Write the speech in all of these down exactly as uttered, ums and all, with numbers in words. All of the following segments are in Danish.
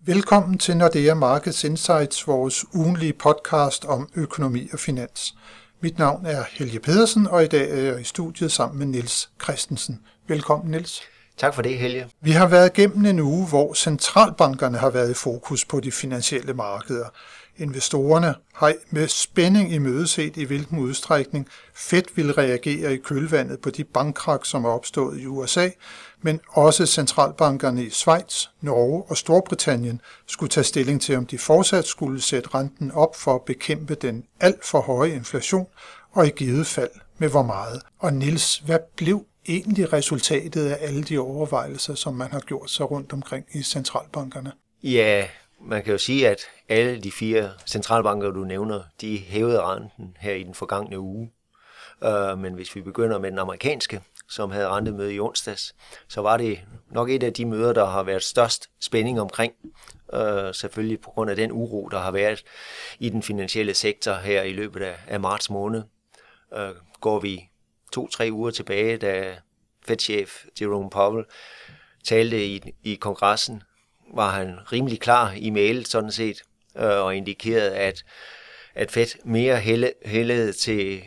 Velkommen til Nordea Markets Insights, vores ugenlige podcast om økonomi og finans. Mit navn er Helge Pedersen, og i dag er jeg i studiet sammen med Niels Christensen. Velkommen, Niels. Tak for det, Helge. Vi har været gennem en uge, hvor centralbankerne har været i fokus på de finansielle markeder. Investorerne har med spænding imødeset, i hvilken udstrækning Fed vil reagere i kølvandet på de bankkrak, som er opstået i U S A, men også centralbankerne i Schweiz, Norge og Storbritannien skulle tage stilling til, om de fortsat skulle sætte renten op for at bekæmpe den alt for høje inflation, og i givet fald med hvor meget. Og Niels, hvad blev egentlig resultatet af alle de overvejelser, som man har gjort sig rundt omkring i centralbankerne? Ja, man kan jo sige, at alle de fire centralbanker, du nævner, de hævede renten her i den forgangne uge. Uh, men hvis vi begynder med den amerikanske, som havde rentemøde i onsdags, så var det nok et af de møder, der har været størst spænding omkring. Uh, selvfølgelig på grund af den uro, der har været i den finansielle sektor her i løbet af, af marts måned. Uh, går vi to-tre uger tilbage, da Fed-chef Jerome Powell talte i, i kongressen, var han rimelig klar i mail sådan set, øh, og indikerede, at, at Fed mere hældede til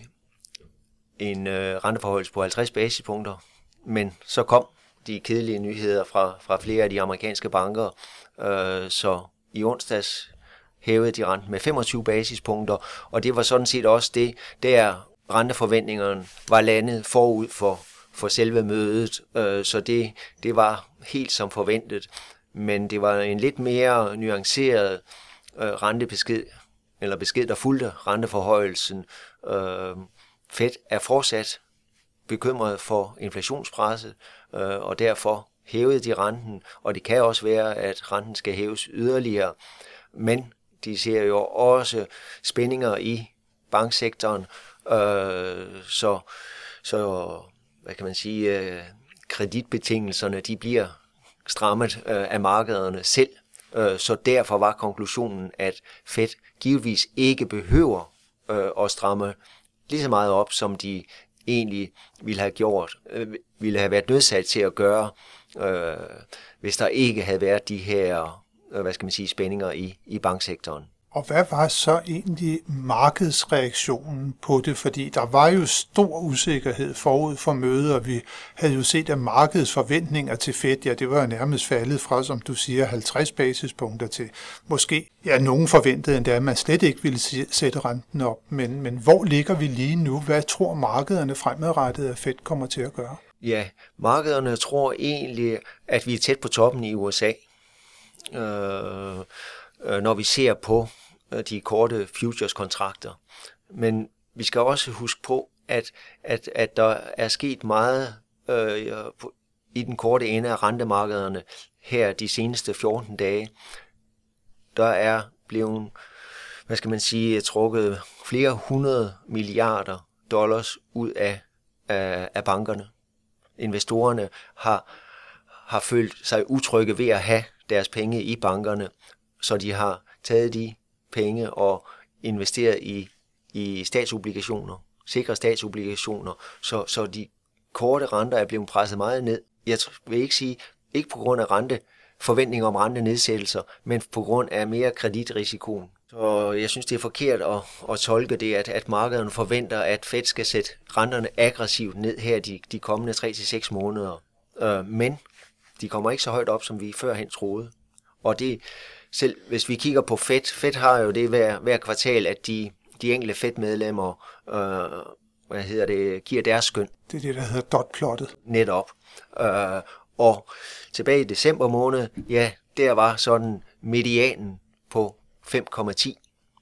en øh, renteforhøjelse på halvtreds basispunkter. Men så kom de kedelige nyheder fra, fra flere af de amerikanske banker, øh, så i onsdags hævede de renten med femogtyve basispunkter, og det var sådan set også det, der renteforventningerne var landet forud for, for selve mødet, øh, så det, det var helt som forventet. Men det var en lidt mere nuanceret øh, rentebesked, eller besked, der fulgte renteforhøjelsen. Øh, Fed er fortsat bekymret for inflationspresset, øh, og derfor hævede de renten, og det kan også være, at renten skal hæves yderligere. Men de ser jo også spændinger i banksektoren, øh, så, så hvad kan man sige, øh, kreditbetingelserne, de bliver strammet øh, af markederne selv, øh, så derfor var konklusionen, at Fed givetvis ikke behøver øh, at stramme lige så meget op, som de egentlig ville have gjort, øh, ville have været nødsat til at gøre, øh, hvis der ikke havde været de her, øh, hvad skal man sige, spændinger i, i banksektoren. Og hvad var så egentlig markedsreaktionen på det? Fordi der var jo stor usikkerhed forud for mødet, og vi havde jo set, at markedets forventninger til Fed, ja, det var jo nærmest faldet fra, som du siger, halvtreds basispunkter til måske, ja, nogen forventede endda, at man slet ikke ville sætte renten op. Men, men hvor ligger vi lige nu? Hvad tror markederne fremadrettet, at Fed kommer til at gøre? Ja, markederne tror egentlig, at vi er tæt på toppen i U S A. Øh... når vi ser på de korte futures-kontrakter. Men vi skal også huske på, at, at, at der er sket meget øh, i den korte ende af rentemarkederne her de seneste fjorten dage. Der er blevet, hvad skal man sige, trukket flere hundrede milliarder dollars ud af, af, af bankerne. Investorerne har, har følt sig utrygge ved at have deres penge i bankerne, så de har taget de penge og investeret i, i statsobligationer, sikre statsobligationer, så, så de korte renter er blevet presset meget ned. Jeg vil ikke sige, ikke på grund af rente, forventninger om rentenedsættelser, men på grund af mere kreditrisikoen. Så jeg synes, det er forkert at, at tolke det, at, at markederne forventer, at Fed skal sætte renterne aggressivt ned her de, de kommende tre til seks måneder. Øh, men de kommer ikke så højt op, som vi førhen troede. Og det selv hvis vi kigger på Fed, Fed har jo det hver, hver kvartal, at de, de enkelte Fed-medlemmer øh, hvad hedder det, giver deres skøn. Det er det, der hedder dot-plottet. Netop. Øh, og tilbage i december måned, ja, der var sådan medianen på fem komma ti,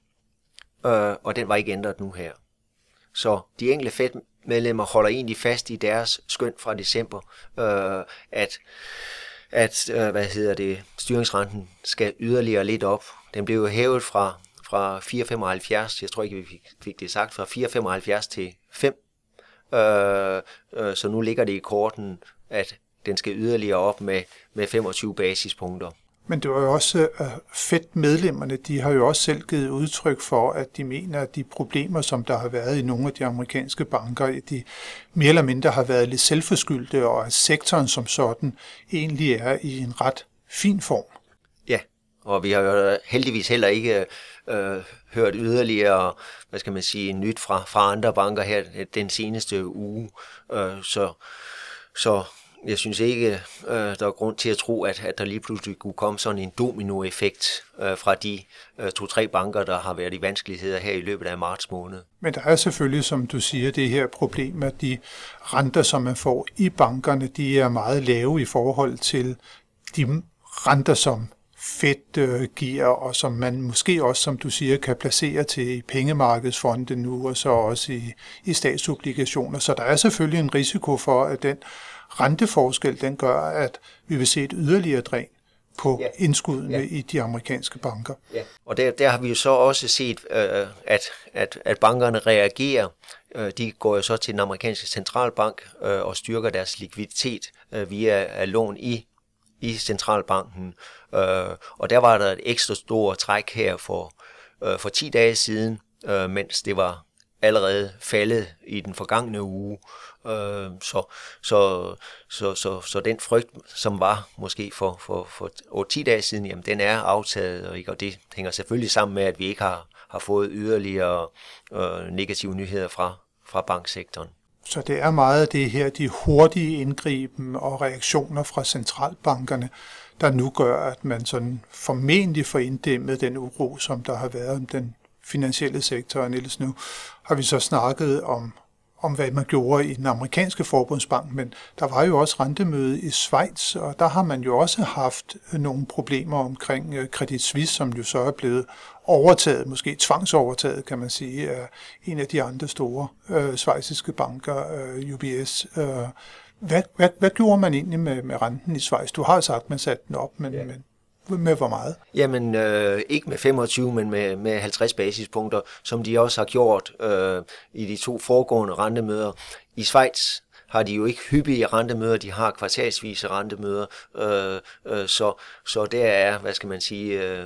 øh, og den var ikke ændret nu her. Så de enkelte Fed-medlemmer holder egentlig fast i deres skøn fra december, øh, at at øh, hvad hedder det, styringsrenten skal yderligere lidt op. Den blev jo hævet fra, fra fire komma femoghalvfjerds, jeg tror ikke, vi fik, fik det sagt, fra fire komma femoghalvfjerds til fem. Øh, øh, så nu ligger det i korten, at den skal yderligere op med, med femogtyve basispunkter. Men det var jo også, at Fed-medlemmerne, de har jo også selv givet udtryk for, at de mener, at de problemer, som der har været i nogle af de amerikanske banker, de mere eller mindre har været lidt selvforskyldte, og at sektoren som sådan egentlig er i en ret fin form. Ja, Og vi har jo heldigvis heller ikke øh, hørt yderligere, hvad skal man sige, nyt fra, fra andre banker her den seneste uge. Øh, så, så jeg synes ikke, øh, der er grund til at tro, at, at der lige pludselig kunne komme sådan en dominoeffekt øh, fra de øh, to-tre banker, der har været i vanskeligheder her i løbet af marts måned. Men der er selvfølgelig, som du siger, det her problem, at de renter, som man får i bankerne, de er meget lave i forhold til de renter, som Fed øh, giver, og som man måske også, som du siger, kan placere til i pengemarkedsfonde nu, og så også i, i statsobligationer. Så der er selvfølgelig en risiko for, at den renteforskel, den gør, at vi vil se et yderligere dræn på ja. indskuddene ja. i de amerikanske banker. Ja. Og der, der har vi jo så også set, øh, at, at, at bankerne reagerer. Øh, de går jo så til den amerikanske centralbank øh, og styrker deres likviditet øh, via lån i i centralbanken, øh, og der var der et ekstra stort træk her for, øh, for ti dage siden, øh, mens det var allerede faldet i den forgangne uge. Øh, så, så, så, så, så den frygt, som var måske for, for, for otte til ti dage siden, jamen den er aftaget, og, ikke? Og det hænger selvfølgelig sammen med, at vi ikke har, har fået yderligere øh, negative nyheder fra, fra banksektoren. Så det er meget af det her, de hurtige indgriben og reaktioner fra centralbankerne, der nu gør, at man sådan formentlig får inddæmmet den uro, som der har været om den finansielle sektor. Og ellers nu har vi så snakket om, om, hvad man gjorde i den amerikanske forbundsbank, men der var jo også rentemøde i Schweiz, og der har man jo også haft nogle problemer omkring Credit Suisse, som jo så er blevet overtaget, måske tvangsovertaget, kan man sige, af en af de andre store øh, schweiziske banker, øh, U B S. Øh, hvad, hvad, hvad gjorde man egentlig med, med renten i Schweiz? Du har sagt, at man satte den op, men, ja. men med hvor meget? Jamen, øh, ikke med femogtyve, men med, med halvtreds basispunkter, som de også har gjort øh, i de to foregående rentemøder. I Schweiz har de jo ikke hyppige rentemøder, de har kvartalsvise rentemøder, øh, øh, så, så der er, hvad skal man sige, øh,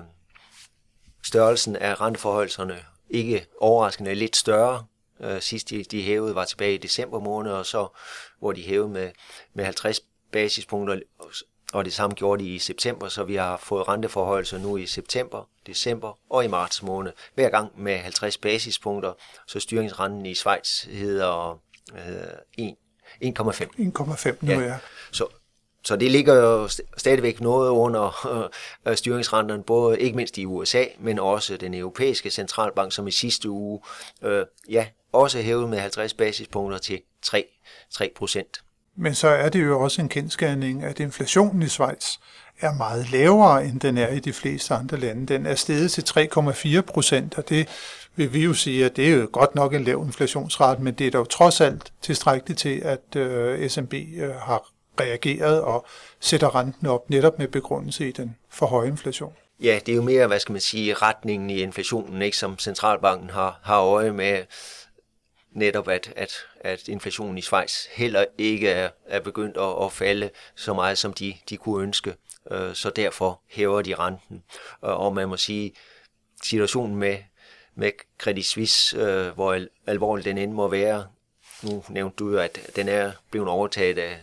størrelsen af renteforholdelserne ikke overraskende lidt større. Øh, sidst de, de hævede var tilbage i december måned, og så hvor de hævede med, med halvtreds basispunkter, og det samme gjorde de i september, så vi har fået renteforholdelser nu i september, december og i marts måned. Hver gang med halvtreds basispunkter, så styringsrenten i Schweiz hedder øh, en komma fem. en komma fem nu, ja. ja. Så, så det ligger jo stadigvæk noget under øh, styringsrenterne, både ikke mindst i U S A, men også den europæiske centralbank, som i sidste uge øh, ja, også hævede med halvtreds basispunkter til tre procent. Men så er det jo også en kendsgerning, at inflationen i Schweiz er meget lavere, end den er i de fleste andre lande. Den er steget til tre komma fire procent, og det vil vi jo sige, at det er jo godt nok en lav inflationsrate, men det er dog trods alt tilstrækkeligt til, at øh, S M B øh, har reageret og sætter renten op netop med begrundelse i den for høje inflation. Ja, det er jo mere, hvad skal man sige, retningen i inflationen, ikke, som centralbanken har, har øje med. Netop at, at, at inflationen i Schweiz heller ikke er, er begyndt at, at falde så meget, som de, de kunne ønske. Så derfor hæver de renten. Og man må sige, situationen med, med Credit Suisse, hvor alvorligt den end må være, nu nævnte du jo, at den er blevet overtaget af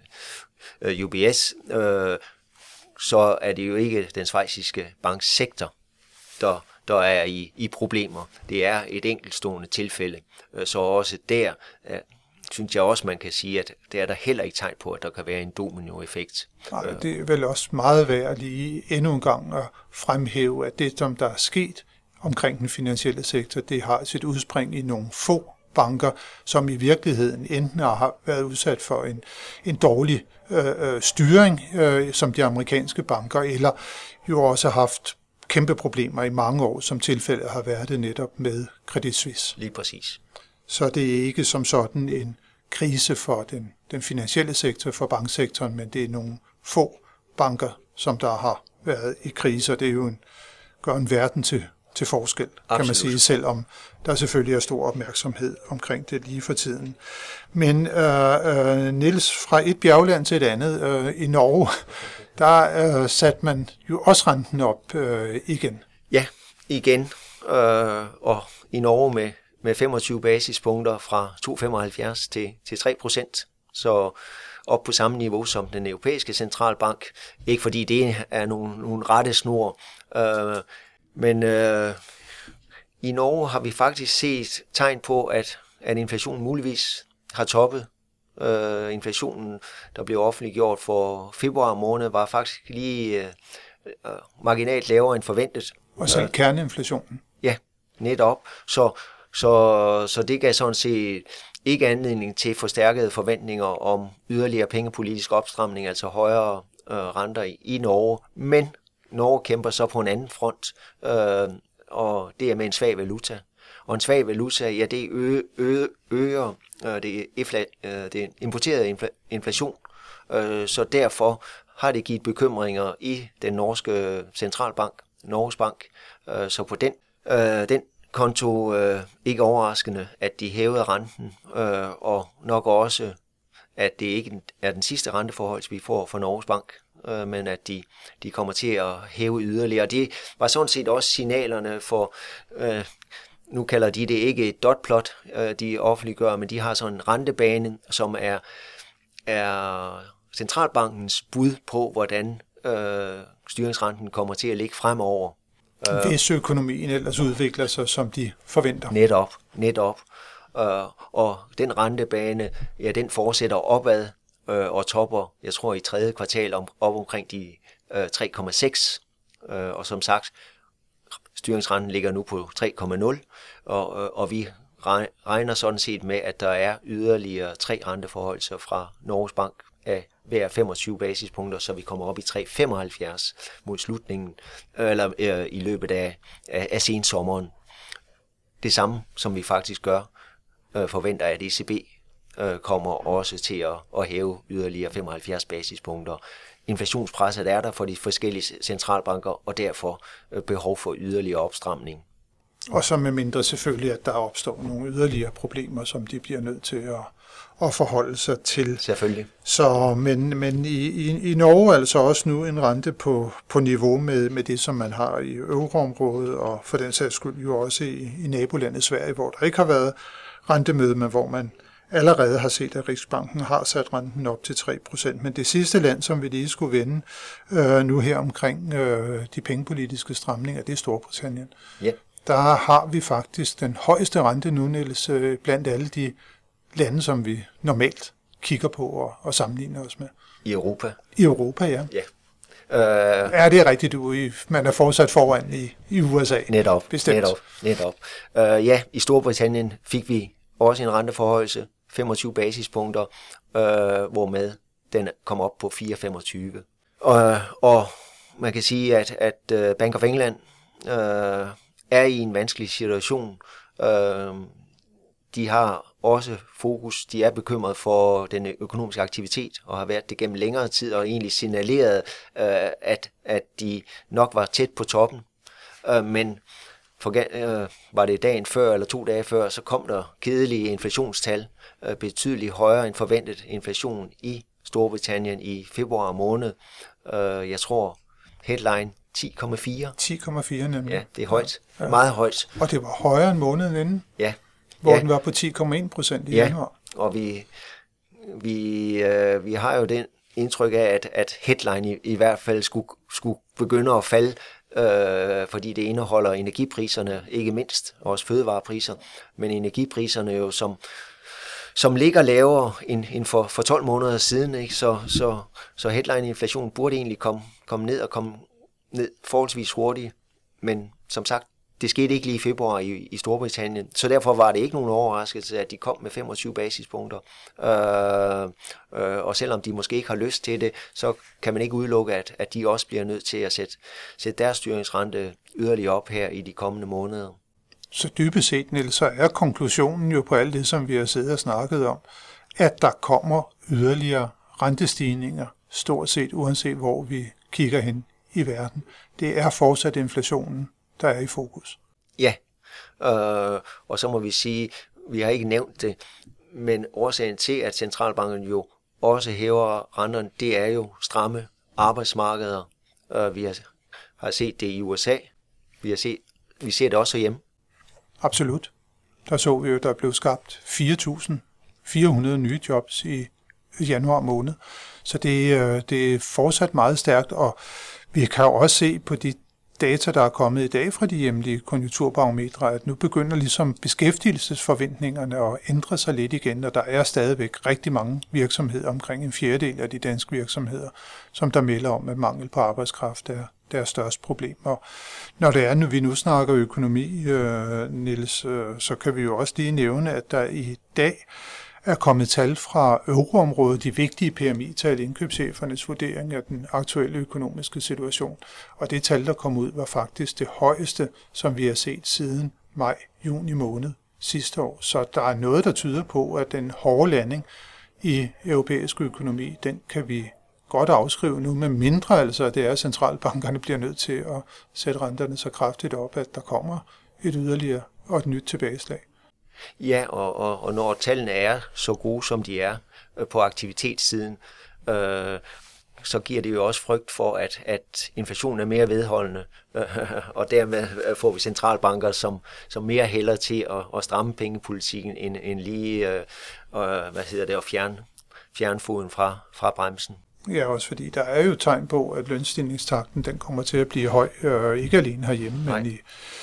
U B S, så er det jo ikke den schweiziske banksektor, der der er i, i problemer. Det er et enkeltstående tilfælde. Så også der, øh, synes jeg også, man kan sige, at det er der heller ikke tegn på, at der kan være en dominoeffekt. Nej, det er vel også meget værd lige endnu en gang at fremhæve, at det, som der er sket omkring den finansielle sektor, det har sit udspring i nogle få banker, som i virkeligheden enten har været udsat for en, en dårlig øh, styring, øh, som de amerikanske banker, eller jo også haft kæmpe problemer i mange år, som tilfældet har været det netop med Credit Suisse. Lige præcis. Så det er ikke som sådan en krise for den, den finansielle sektor, for banksektoren, men det er nogle få banker, som der har været i krise, og det er jo en, gør en verden til, til forskel, Absolut. Kan man sige, selvom der selvfølgelig er stor opmærksomhed omkring det lige for tiden. Men øh, øh, Niels, fra et bjergland til et andet, øh, i Norge, der øh, satte man jo også renten op øh, igen. Ja, igen. Øh, og i Norge med, med femogtyve basispunkter fra to komma femoghalvfjerds til, til tre procent. Så, op på samme niveau som den europæiske centralbank. Ikke fordi det er nogle, nogle rette snor, øh, men øh, i Norge har vi faktisk set tegn på, at, at inflationen muligvis har toppet. Øh, inflationen, der blev offentliggjort for februar måned, var faktisk lige øh, øh, marginalt lavere end forventet. Og selv kerneinflationen? Ja, netop. Så, så, så det gav sådan set ikke anledning til forstærkede forventninger om yderligere pengepolitisk opstramning, altså højere øh, renter i, i Norge. Men Norge kæmper så på en anden front, øh, og det er med en svag valuta. Og en svag valuta, ja, det øger, øger, øger øh, det, infla, øh, det importerede infla, inflation. Øh, så derfor har det givet bekymringer i den norske centralbank, Norges Bank. Øh, så på den, øh, den konto øh, ikke overraskende, at de hævede renten, øh, og nok også, at det ikke er den sidste renteforhold, vi får fra Norges Bank, øh, men at de, de kommer til at hæve yderligere. Det var sådan set også signalerne for... Øh, Nu kalder de det ikke et dotplot, de offentliggør, men de har sådan en rentebane, som er, er centralbankens bud på, hvordan øh, styringsrenten kommer til at ligge fremover. Hvis økonomien ellers udvikler sig, som de forventer. Netop, netop. Øh, og den rentebane, ja, den fortsætter opad øh, og topper, jeg tror i tredje kvartal om, op omkring de øh, tre komma seks. Øh, og som sagt, styringsrenten ligger nu på tre komma nul, og, og vi regner sådan set med, at der er yderligere tre renteforholdelser fra Norges Bank af hver femogtyve basispunkter, så vi kommer op i tre komma femoghalvfjerds mod slutningen, eller øh, i løbet af, af, af sensommeren. Det samme, som vi faktisk gør, øh, forventer, at E C B øh, kommer også til at, at hæve yderligere femoghalvfjerds basispunkter. Inflationspresset er der for de forskellige centralbanker, og derfor behov for yderligere opstramning. Og så med mindre selvfølgelig, at der opstår nogle yderligere problemer, som de bliver nødt til at, at forholde sig til. Selvfølgelig. Så, men men i, i, i Norge er altså også nu en rente på, på niveau med, med det, som man har i euroområdet, og for den sags skyld jo også i, i nabolandet Sverige, hvor der ikke har været rentemøde, men hvor man allerede har set, at Riksbanken har sat renten op til tre procent. Men det sidste land, som vi lige skulle vende øh, nu her omkring øh, de pengepolitiske stramninger, det er Storbritannien. Ja. Der har vi faktisk den højeste rente nu, Niels, øh, blandt alle de lande, som vi normalt kigger på og, og sammenligner os med. I Europa? I Europa, ja. Ja. Uh, er det rigtigt, du i, man er fortsat foran i, i U S A? Netop, bestemt. netop, netop. Uh, ja, i Storbritannien fik vi også en renteforhøjelse, femogtyve basispunkter, øh, hvormed den kom op på fire komma femogtyve. Og, og man kan sige, at, at Bank of England øh, er i en vanskelig situation. Øh, de har også fokus, de er bekymret for den økonomiske aktivitet, og har været det gennem længere tid, og egentlig signaleret, øh, at, at de nok var tæt på toppen. Øh, men For, øh, var det dagen før eller to dage før, så kom der kedelige inflationstal, øh, betydeligt højere end forventet inflation i Storbritannien i februar måned. Øh, jeg tror headline ti komma fire. ti komma fire nemlig. Ja, det er højt. Ja. Ja. Meget højt. Og det var højere end måneden inden, ja. hvor ja. den var på ti komma en procent i ja. januar. Og vi, vi, øh, vi har jo den indtryk af, at, at headline i, i hvert fald skulle, skulle begynde at falde, Øh, fordi det indeholder energipriserne, ikke mindst, også fødevarepriser, men energipriserne jo, som, som ligger lavere end, end for, for tolv måneder siden, ikke? Så, så, så headline-inflation burde egentlig komme, komme ned og komme ned forholdsvis hurtigt, men som sagt, det skete ikke lige i februar i, i Storbritannien, så derfor var det ikke nogen overraskelse, at de kom med femogtyve basispunkter. Øh, øh, og selvom de måske ikke har lyst til det, så kan man ikke udelukke, at, at de også bliver nødt til at sætte, sætte deres styringsrente yderligere op her i de kommende måneder. Så dybest set, Niels, så er konklusionen jo på alt det, som vi har siddet og snakket om, at der kommer yderligere rentestigninger, stort set uanset hvor vi kigger hen i verden. Det er fortsat inflationen, der er i fokus. Ja, øh, og så må vi sige, vi har ikke nævnt det, men årsagen til, at centralbanken jo også hæver renterne, det er jo stramme arbejdsmarkeder. Øh, vi har, har set det i U S A, vi, har set, vi ser det også hjemme. Absolut. Der så vi jo, der blev skabt fire tusind fire hundrede nye jobs i januar måned. Så det, det er fortsat meget stærkt, og vi kan jo også se på de data, der er kommet i dag fra de hjemlige konjunkturbarometre, at nu begynder ligesom beskæftigelsesforventningerne at ændre sig lidt igen, og der er stadigvæk rigtig mange virksomheder, omkring en fjerdedel af de danske virksomheder, som der melder om, at mangel på arbejdskraft er deres største problem. Og når det er, når vi nu snakker økonomi, øh, Niels, øh, så kan vi jo også lige nævne, at der i dag er kommet tal fra euroområdet, de vigtige P M I-tal, indkøbschefernes vurdering af den aktuelle økonomiske situation. Og det tal, der kom ud, var faktisk det højeste, som vi har set siden maj-juni måned sidste år. Så der er noget, der tyder på, at den hårde landing i europæisk økonomi, den kan vi godt afskrive nu, med mindre altså, at det er, at centralbankerne bliver nødt til at sætte renterne så kraftigt op, at der kommer et yderligere og et nyt tilbageslag. Ja, og, og, og når tallene er så gode, som de er øh, på aktivitetssiden, øh, så giver det jo også frygt for, at, at inflationen er mere vedholdende, øh, og dermed får vi centralbanker, som, som mere hælder til at, at stramme pengepolitikken, end, end lige øh, øh, hvad hedder det, at fjerne, fjerne foden fra, fra bremsen. Ja, også fordi der er jo tegn på, at lønstigningstakten den kommer til at blive høj, øh, ikke alene herhjemme, Nej. men i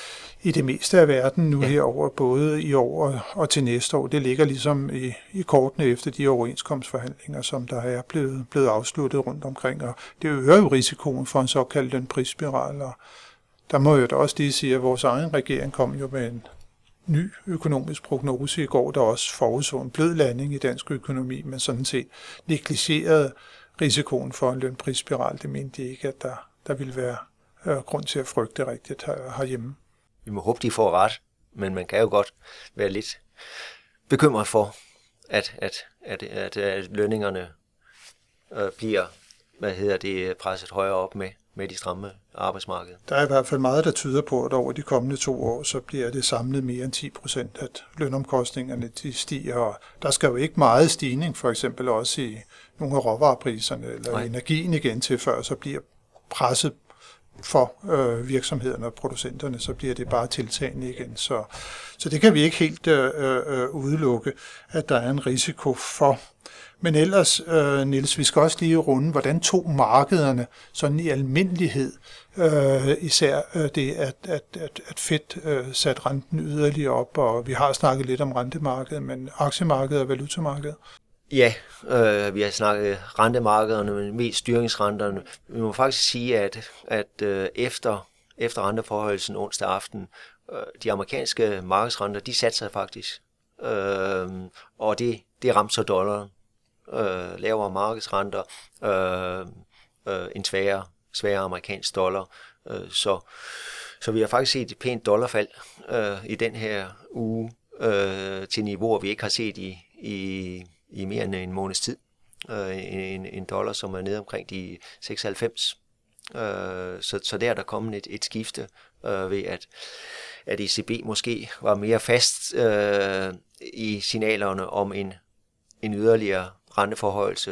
i det meste af verden nu ja. herover, både i år og til næste år. Det ligger ligesom i, i kortene efter de overenskomstforhandlinger, som der er blevet, blevet afsluttet rundt omkring. Og det øger jo risikoen for en såkaldt lønprisspiral. Og der må jeg da også lige sige, at vores egen regering kom jo med en ny økonomisk prognose i går, der også forudså en blød landing i dansk økonomi, men sådan set negligerede risikoen for en lønprisspiral. Det mente de ikke, at der, der ville være øh, grund til at frygte rigtigt her, herhjemme. Vi må håbe, de får ret, men man kan jo godt være lidt bekymret for, at, at, at, at, at lønningerne øh, bliver hvad hedder det, presset højere op med, med de stramme arbejdsmarked. Der er i hvert fald meget, der tyder på, at over de kommende to år, så bliver det samlet mere end ti procent, at lønomkostningerne de stiger. Og der skal jo ikke meget stigning, for eksempel også i nogle af råvarepriserne eller Nej. energien igen til, før så bliver presset for øh, virksomhederne og producenterne, så bliver det bare tiltagende igen. Så, så det kan vi ikke helt øh, øh, udelukke, at der er en risiko for. Men ellers, øh, Niels, vi skal også lige runde, hvordan tog markederne sådan i almindelighed, øh, især øh, det, at, at, at, at Fed øh, satte renten yderligere op, og vi har snakket lidt om rentemarkedet, men aktiemarkedet og valutamarkedet. Ja, øh, vi har snakket rentemarkederne, men mest styringsrenterne. Vi må faktisk sige, at, at øh, efter, efter renteforhøjelsen onsdag aften, øh, de amerikanske markedsrenter, de satte sig faktisk. Øh, og det, det ramte så dollaren. Øh, lavere markedsrenter, øh, øh, en sværere, sværere amerikansk dollar. Øh, så, så vi har faktisk set et pænt dollarfald øh, i den her uge øh, til niveauer, vi ikke har set i, i i mere end en måneds tid. Øh, en, en dollar, som er nede omkring de seksoghalvfems. Øh, så, så der er der kommet et, et skifte øh, ved, at, at E C B måske var mere fast øh, i signalerne om en, en yderligere renteforhøjelse.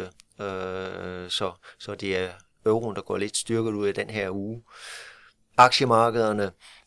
Øh, så, så det er euroen, der går lidt styrket ud af den her uge. Aktiemarkederne,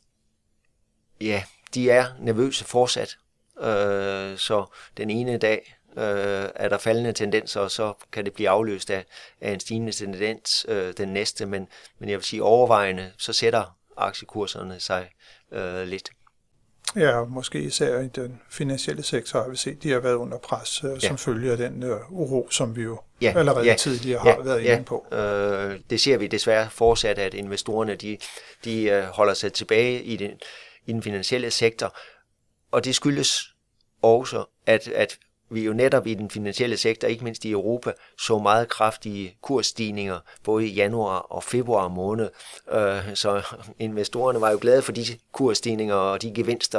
ja, de er nervøse fortsat. Øh, så den ene dag Øh, er der faldende tendenser, og så kan det blive afløst af, af en stigende tendens øh, den næste, men, men jeg vil sige overvejende, så sætter aktiekurserne sig øh, lidt. Ja, måske især i den finansielle sektor har vi set, de har været under pres, øh, ja. som følge af den øh, uro, som vi jo ja, allerede ja, tidligere har ja, været ja, inde på. Øh, det ser vi desværre fortsat, at investorerne de, de øh, holder sig tilbage i den, i den finansielle sektor, og det skyldes også, at, at vi jo netop i den finansielle sektor, ikke mindst i Europa, så meget kraftige kursstigninger, både i januar og februar måned. Så investorerne var jo glade for de kursstigninger og de gevinster,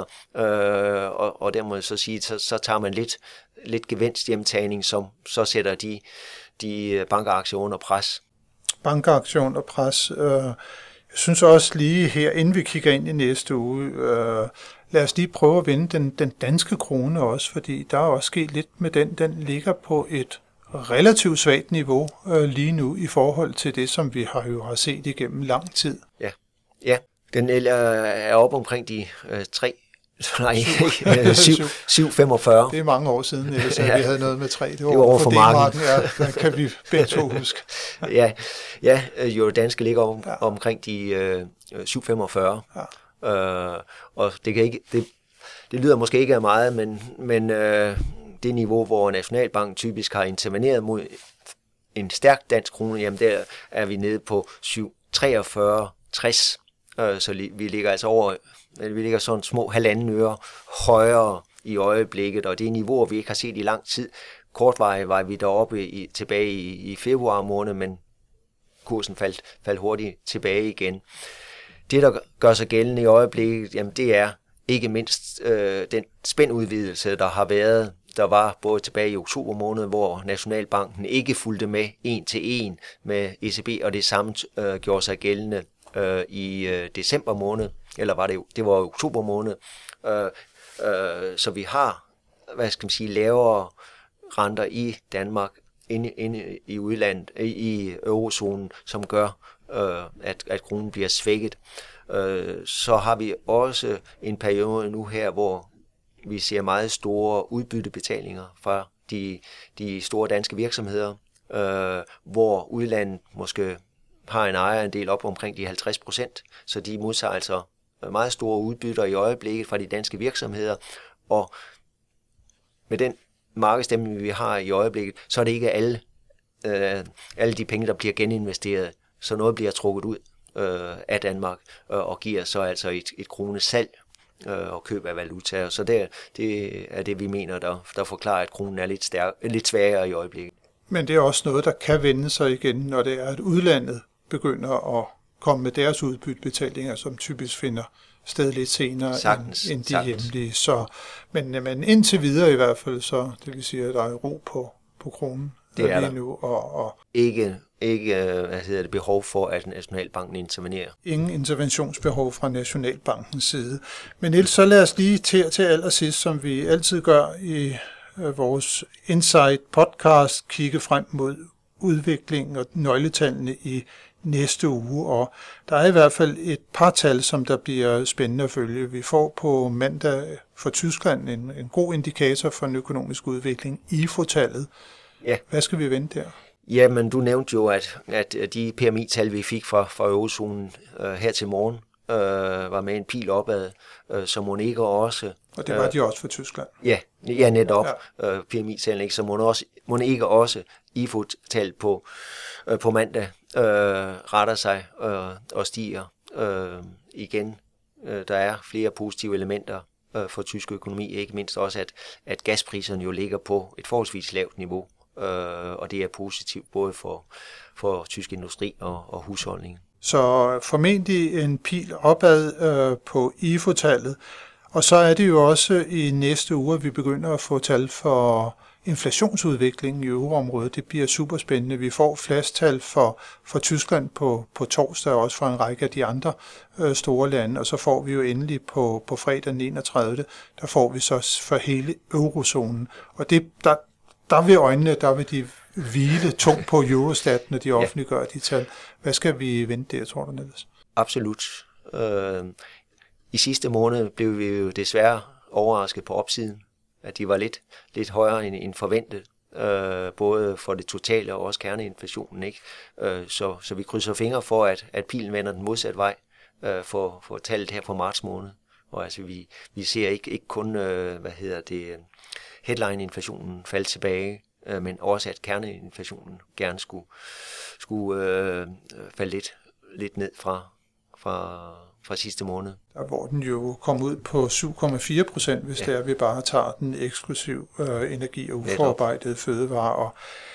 og der må jeg så sige, så, så tager man lidt, lidt gevinsthjemtagning, som så sætter de, de bankaktier under pres. Bankaktier under pres. Jeg synes også lige her, inden vi kigger ind i næste uge, lad os lige prøve at vende den, den danske krone også, fordi der er også sket lidt med den. Den ligger på et relativt svagt niveau øh, lige nu i forhold til det, som vi har jo har set igennem lang tid. Ja, ja. Den er op omkring de øh, tre Nej, syv komma femogfyrre. Det er mange år siden, ellers ja. Vi havde noget med tre. Det var, det var over for marken. Ja, den kan vi begge to huske. ja, ja, jo danske ligger om, ja. omkring de øh, syv komma femogfyrre. Ja. Øh, og det kan ikke, det, det lyder måske ikke af meget, men, men øh, det niveau, hvor Nationalbanken typisk har interveneret mod en stærk dansk krone, jamen der er vi nede på syv komma treogfyrre tres. Øh, så vi ligger altså over, vi ligger sådan små halvanden øre højere i øjeblikket, og det er niveauer, vi ikke har set i lang tid. Kortvarigt var vi deroppe i, tilbage i, i februar måned, men kursen faldt, faldt hurtigt tilbage igen. Det, der gør sig gældende i øjeblikket, jamen det er ikke mindst øh, den spændudvidelse, der har været. Der var både tilbage i oktober måned, hvor Nationalbanken ikke fulgte med en til en med E C B, og det samme øh, gjorde sig gældende øh, i øh, december måned, eller var det, det var oktober måned. Øh, øh, så vi har, hvad skal man sige, lavere renter i Danmark, inde, inde i udlandet, i eurozonen, som gør, øh, at, at kronen bliver svækket. Øh, så har vi også en periode nu her, hvor vi ser meget store udbyttebetalinger fra de, de store danske virksomheder, øh, hvor udlandet måske har en ejerandel op omkring de halvtreds procent, så de modtager altså meget store udbytter i øjeblikket fra de danske virksomheder, og med den markedsstemning, vi har i øjeblikket, så er det ikke alle, øh, alle de penge, der bliver geninvesteret, så noget bliver trukket ud øh, af Danmark øh, og giver så altså et, et kronesalg øh, og køb af valuta. Så det, det er det, vi mener, der, der forklarer, at kronen er lidt, stærk, lidt svagere i øjeblikket. Men det er også noget, der kan vende sig igen, når det er, at udlandet begynder at komme med deres udbyttebetalinger, som typisk finder sted lidt senere sagtens, end, end de sagtens. hjemlige. Så, men, men indtil videre i hvert fald, så det vil sige, at der er ro på, på kronen det er lige der. nu. Og, og ikke ikke hvad hedder det, behov for, at Nationalbanken intervenerer. Ingen interventionsbehov fra Nationalbankens side. Men ellers så lad os lige til, til allersidst, som vi altid gør i øh, vores Insight podcast, kigge frem mod udviklingen og nøgletallene i næste uge, og der er i hvert fald et par tal, som der bliver spændende at følge. Vi får på mandag for Tyskland en, en god indikator for en økonomisk udvikling, I F O-tallet. Ja. Hvad skal vi vente der? Jamen, du nævnte jo, at, at de P M I-tal, vi fik fra, fra eurozonen øh, her til morgen, øh, var med en pil opad, øh, så må ikke også... Og det var øh, de også for Tyskland. Ja, ja netop. Ja. Øh, P M I-tallene, ikke? Så må, også, må ikke også I F O-tal på, øh, på mandag øh, retter sig øh, og stiger øh, igen. Øh, der er flere positive elementer øh, for tysk økonomi, ikke mindst også, at, at gaspriserne jo ligger på et forholdsvis lavt niveau. Uh, og det er positivt både for, for tysk industri og, og husholdning. Så formentlig en pil opad uh, på I F O-tallet, og så er det jo også i næste uge, at vi begynder at få tal for inflationsudviklingen i euroområdet. Det bliver super spændende. Vi får flasktal for, for Tyskland på, på torsdag, og også fra en række af de andre uh, store lande, og så får vi jo endelig på, på fredag den enogtredivte der får vi så for hele eurozonen. Og det, der Der vil øjnene, der vil de hvile tungt på Eurostat, når de offentliggør de tal. Hvad skal vi vente der, tror du, Niels? Absolut. Øh, I sidste måned blev vi jo desværre overrasket på opsiden, at de var lidt, lidt højere end, end forventet, øh, både for det totale og også kerneinflationen, ikke? Øh, så, så vi krydser fingre for, at, at pilen vender den modsatte vej øh, for, for tallet her på marts måned. Og altså, vi, vi ser ikke, ikke kun, øh, hvad hedder det... headline-inflationen faldt tilbage, øh, men også at kerneinflationen gerne skulle, skulle øh, falde lidt, lidt ned fra, fra, fra sidste måned. Der hvor den jo kom ud på syv komma fire procent, hvis ja. det er, vi bare tager den eksklusiv øh, energi- og uforarbejdede fødevarer. Og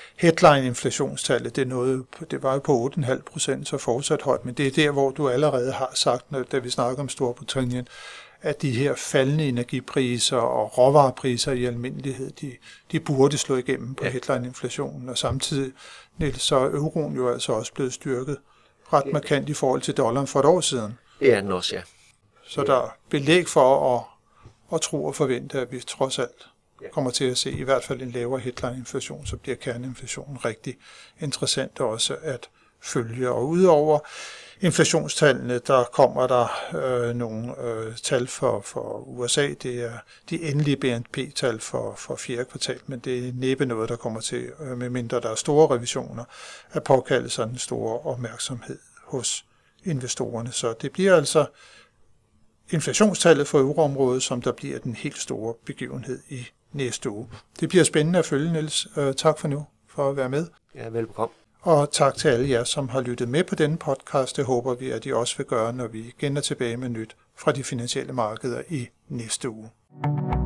headline-inflationstallet, det, nåede, det var jo på otte komma fem procent, så fortsat højt, men det er der, hvor du allerede har sagt, når, da vi snakker om Storbritannien, at de her faldende energipriser og råvarepriser i almindelighed, de, de burde slå igennem på ja. headline-inflationen, og samtidig Niels, så er euroen jo altså også blevet styrket ret ja. markant i forhold til dollaren for et år siden. Ja, den også, ja. Så der er belæg for at, at tro og forvente, at vi trods alt kommer til at se i hvert fald en lavere headline-inflation, så bliver kerneinflationen rigtig interessant også at følge. Og udover inflationstallene, der kommer der øh, nogle øh, tal for, for U S A. Det er de endelige B N P-tal for, for fjerde kvartal, men det er næppe noget, der kommer til, øh, medmindre der er store revisioner, at påkalde sig den store opmærksomhed hos investorerne. Så det bliver altså inflationstallet for euroområdet, som der bliver den helt store begivenhed i næste uge. Det bliver spændende at følge, Niels. Øh, tak for nu, for at være med. Ja, velbekomme. Og tak til alle jer, som har lyttet med på denne podcast. Det håber vi, at I også vil gøre, når vi igen er tilbage med nyt fra de finansielle markeder i næste uge.